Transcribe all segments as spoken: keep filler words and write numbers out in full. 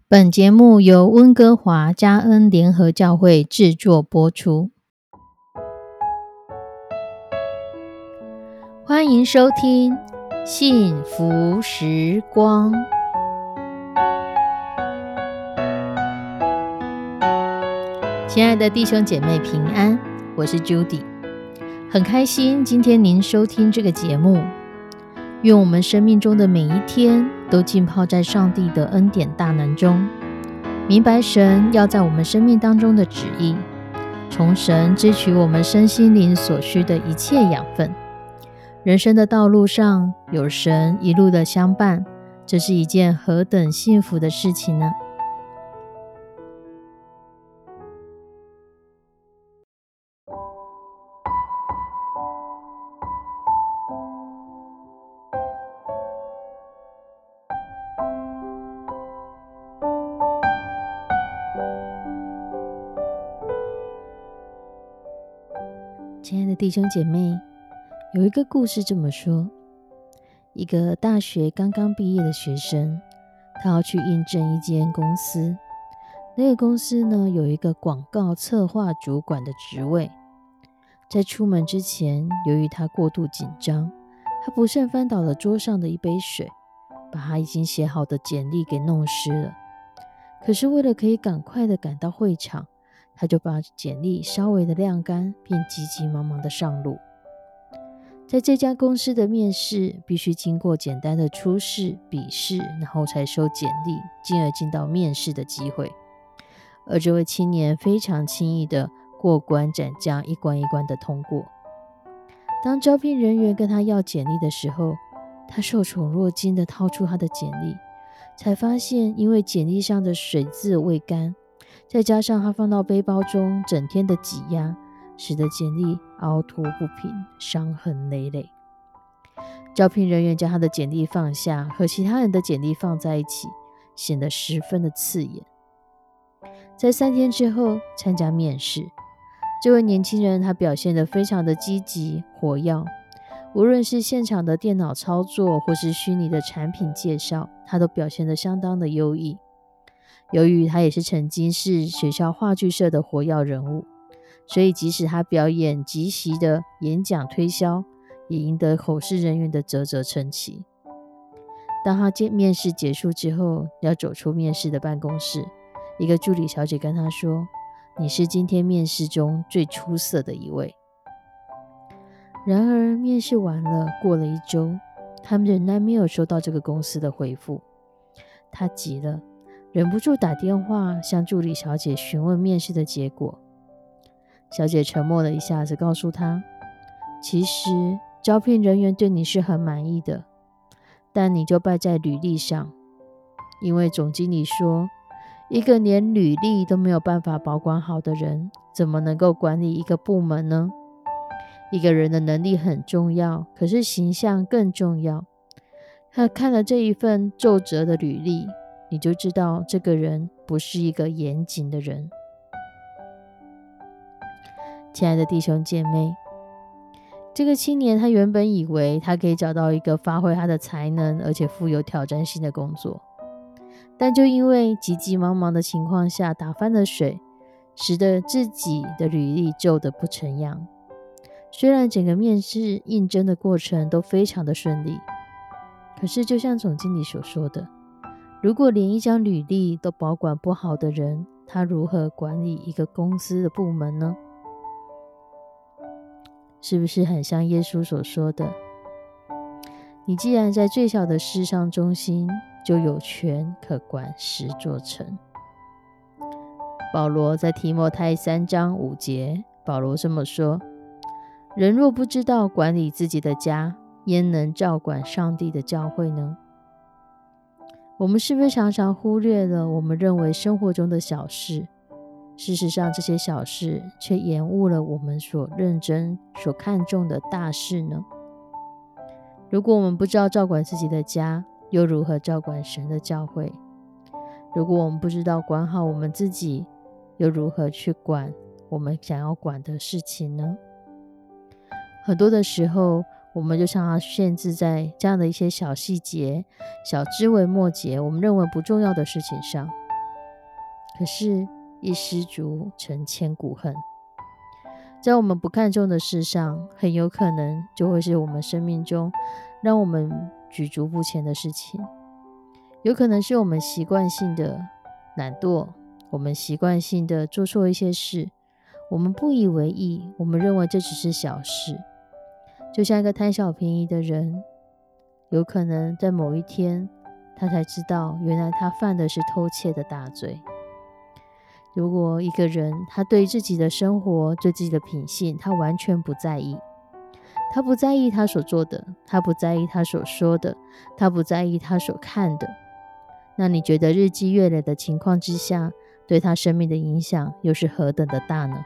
本节目由温哥华嘉恩联合教会制作播出，欢迎收听幸福时光。亲爱的弟兄姐妹平安，我是 Judy， 很开心今天您收听这个节目。愿我们生命中的每一天都浸泡在上帝的恩典大能中，明白神要在我们生命当中的旨意，从神支取我们身心灵所需的一切养分。人生的道路上有神一路的相伴，这是一件何等幸福的事情呢？亲爱的弟兄姐妹，有一个故事这么说，一个大学刚刚毕业的学生，他要去应征一间公司。那个公司呢，有一个广告策划主管的职位。在出门之前，由于他过度紧张，他不慎翻倒了桌上的一杯水，把他已经写好的简历给弄湿了。可是为了可以赶快的赶到会场，他就把简历稍微的晾干，便急急忙忙的上路。在这家公司的面试必须经过简单的初试、笔试，然后才收简历，进而进到面试的机会。而这位青年非常轻易的过关斩将，一关一关的通过。当招聘人员跟他要简历的时候，他受宠若惊的掏出他的简历，才发现因为简历上的水渍未干，再加上他放到背包中整天的挤压，使得简历凹凸不平，伤痕累累。招聘人员将他的简历放下，和其他人的简历放在一起，显得十分的刺眼。在三天之后参加面试，这位年轻人他表现得非常的积极活跃，无论是现场的电脑操作或是虚拟的产品介绍，他都表现得相当的优异。由于他也是曾经是学校话剧社的活跃人物，所以即使他表演即席的演讲推销，也赢得口试人员的啧啧称奇。当他面试结束之后，要走出面试的办公室，一个助理小姐跟他说，你是今天面试中最出色的一位。然而面试完了，过了一周，他们仍然没有收到这个公司的回复。他急了，忍不住打电话向助理小姐询问面试的结果。小姐沉默了一下子，告诉他，其实招聘人员对你是很满意的，但你就败在履历上。因为总经理说，一个连履历都没有办法保管好的人，怎么能够管理一个部门呢？一个人的能力很重要，可是形象更重要。他看了这一份皱褶的履历，你就知道这个人不是一个严谨的人。亲爱的弟兄姐妹，这个青年他原本以为他可以找到一个发挥他的才能而且富有挑战性的工作，但就因为急急忙忙的情况下打翻了水，使得自己的履历皱得不成样。虽然整个面试应征的过程都非常的顺利，可是就像总经理所说的，如果连一张履历都保管不好的人，他如何管理一个公司的部门呢？是不是很像耶稣所说的，你既然在最小的事上忠心，就有权可管十座城。保罗在提摩太三章五节，保罗这么说，人若不知道管理自己的家，焉能照管上帝的教会呢？我们是不是常常忽略了我们认为生活中的小事，事实上这些小事却延误了我们所认真所看重的大事呢？如果我们不知道照管自己的家，又如何照管神的教会？如果我们不知道管好我们自己，又如何去管我们想要管的事情呢？很多的时候，我们就常常限制在这样的一些小细节、小枝微末节，我们认为不重要的事情上。 可是一失足成千古恨。在我们不看重的事上，很有可能就会是我们生命中让我们举足不前的事情。有可能是我们习惯性的懒惰，我们习惯性的做错一些事，我们不以为意，我们认为这只是小事。就像一个贪小便宜的人，有可能在某一天他才知道，原来他犯的是偷窃的大罪。如果一个人他对自己的生活，对自己的品性，他完全不在意，他不在意他所做的，他不在意他所说的，他不在意他所看的，那你觉得日积月累的情况之下，对他生命的影响又是何等的大呢？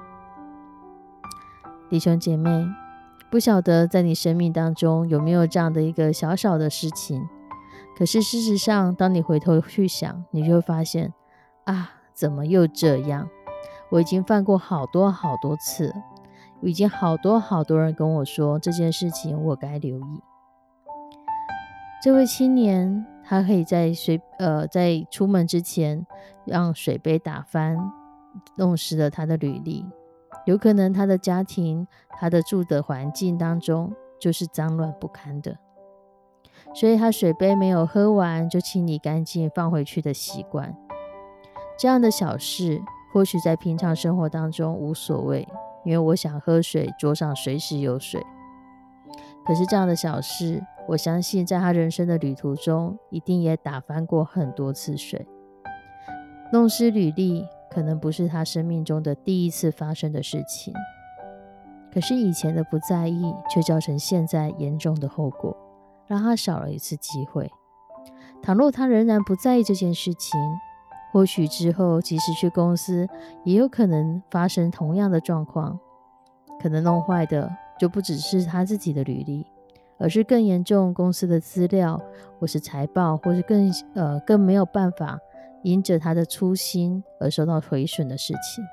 弟兄姐妹，不晓得在你生命当中有没有这样的一个小小的事情，可是事实上当你回头去想，你就会发现啊，怎么又这样？我已经犯过好多好多次了，已经好多好多人跟我说这件事情我该留意。这位青年他可以在水呃在出门之前让水杯打翻，弄湿了他的履历。有可能他的家庭，他的住的环境当中就是脏乱不堪的，所以他水杯没有喝完就清理干净放回去的习惯。这样的小事或许在平常生活当中无所谓，因为我想喝水，桌上随时有水。可是这样的小事，我相信在他人生的旅途中一定也打翻过很多次水。弄湿履历可能不是他生命中的第一次发生的事情，可是以前的不在意却造成现在严重的后果，让他少了一次机会。倘若他仍然不在意这件事情，或许之后即使去公司也有可能发生同样的状况，可能弄坏的就不只是他自己的履历，而是更严重公司的资料，或是财报，或是更呃更没有办法因着他的粗心而受到毁损的事情。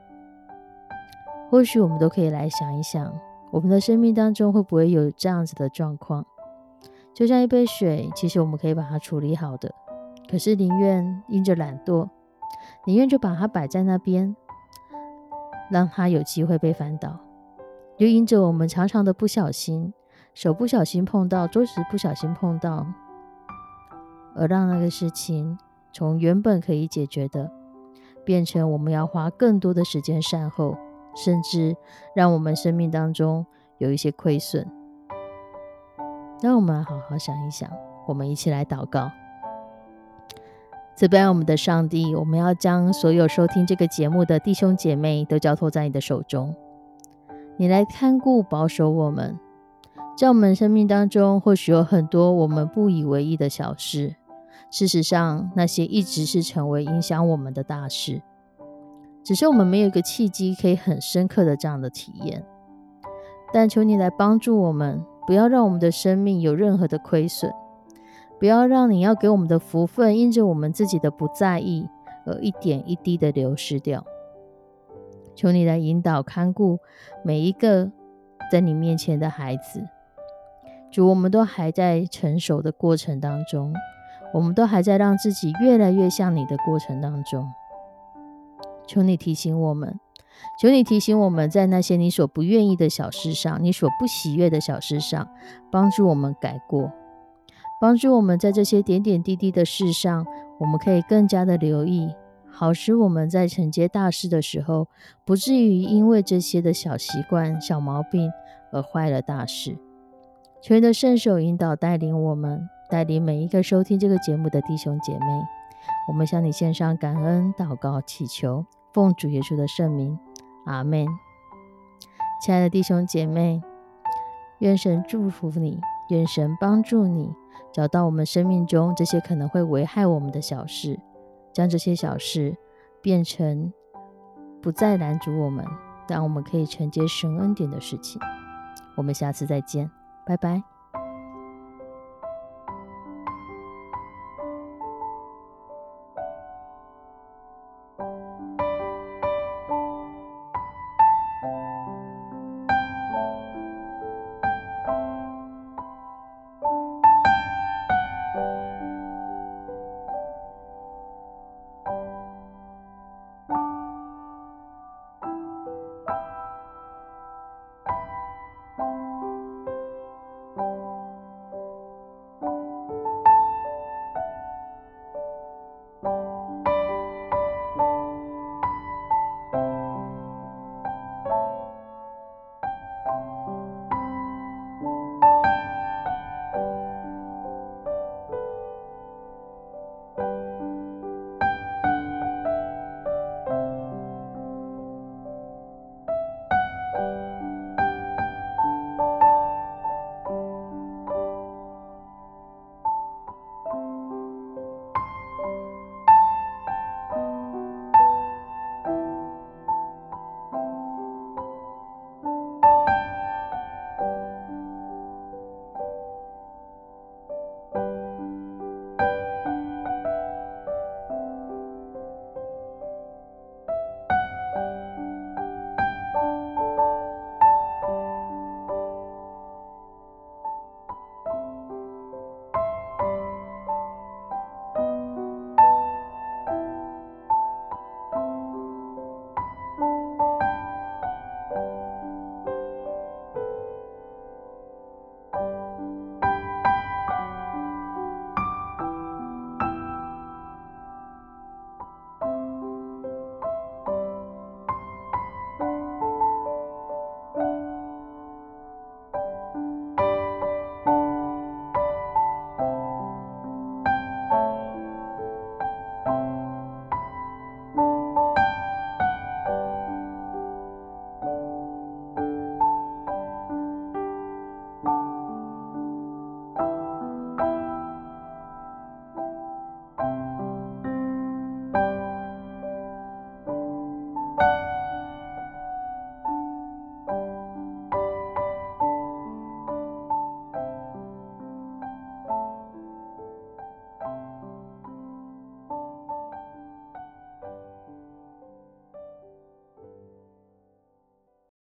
或许我们都可以来想一想，我们的生命当中会不会有这样子的状况？就像一杯水，其实我们可以把它处理好的，可是宁愿因着懒惰，宁愿就把它摆在那边，让它有机会被翻倒。又因着我们常常的不小心，手不小心碰到，桌子不小心碰到，而让那个事情从原本可以解决的，变成我们要花更多的时间善后，甚至让我们生命当中有一些亏损。让我们好好想一想，我们一起来祷告。慈悲爱我们的上帝，我们要将所有收听这个节目的弟兄姐妹都交托在你的手中，你来看顾保守我们。在我们生命当中，或许有很多我们不以为意的小事，事实上那些一直是成为影响我们的大事，只是我们没有一个契机可以很深刻的这样的体验。但求你来帮助我们，不要让我们的生命有任何的亏损，不要让你要给我们的福分因着我们自己的不在意而一点一滴的流失掉。求你来引导看顾每一个在你面前的孩子。主，我们都还在成熟的过程当中，我们都还在让自己越来越像你的过程当中。求你提醒我们，求你提醒我们在那些你所不愿意的小事上，你所不喜悦的小事上，帮助我们改过，帮助我们在这些点点滴滴的事上，我们可以更加的留意，好使我们在承接大事的时候，不至于因为这些的小习惯、小毛病而坏了大事。求你的圣手引导带领我们，带领每一个收听这个节目的弟兄姐妹。我们向你献上感恩祷告祈求，奉主耶稣的圣名，阿们。亲爱的弟兄姐妹，愿神祝福你，愿神帮助你找到我们生命中这些可能会危害我们的小事，将这些小事变成不再拦阻我们，让我们可以承接神恩典的事情。我们下次再见，拜拜。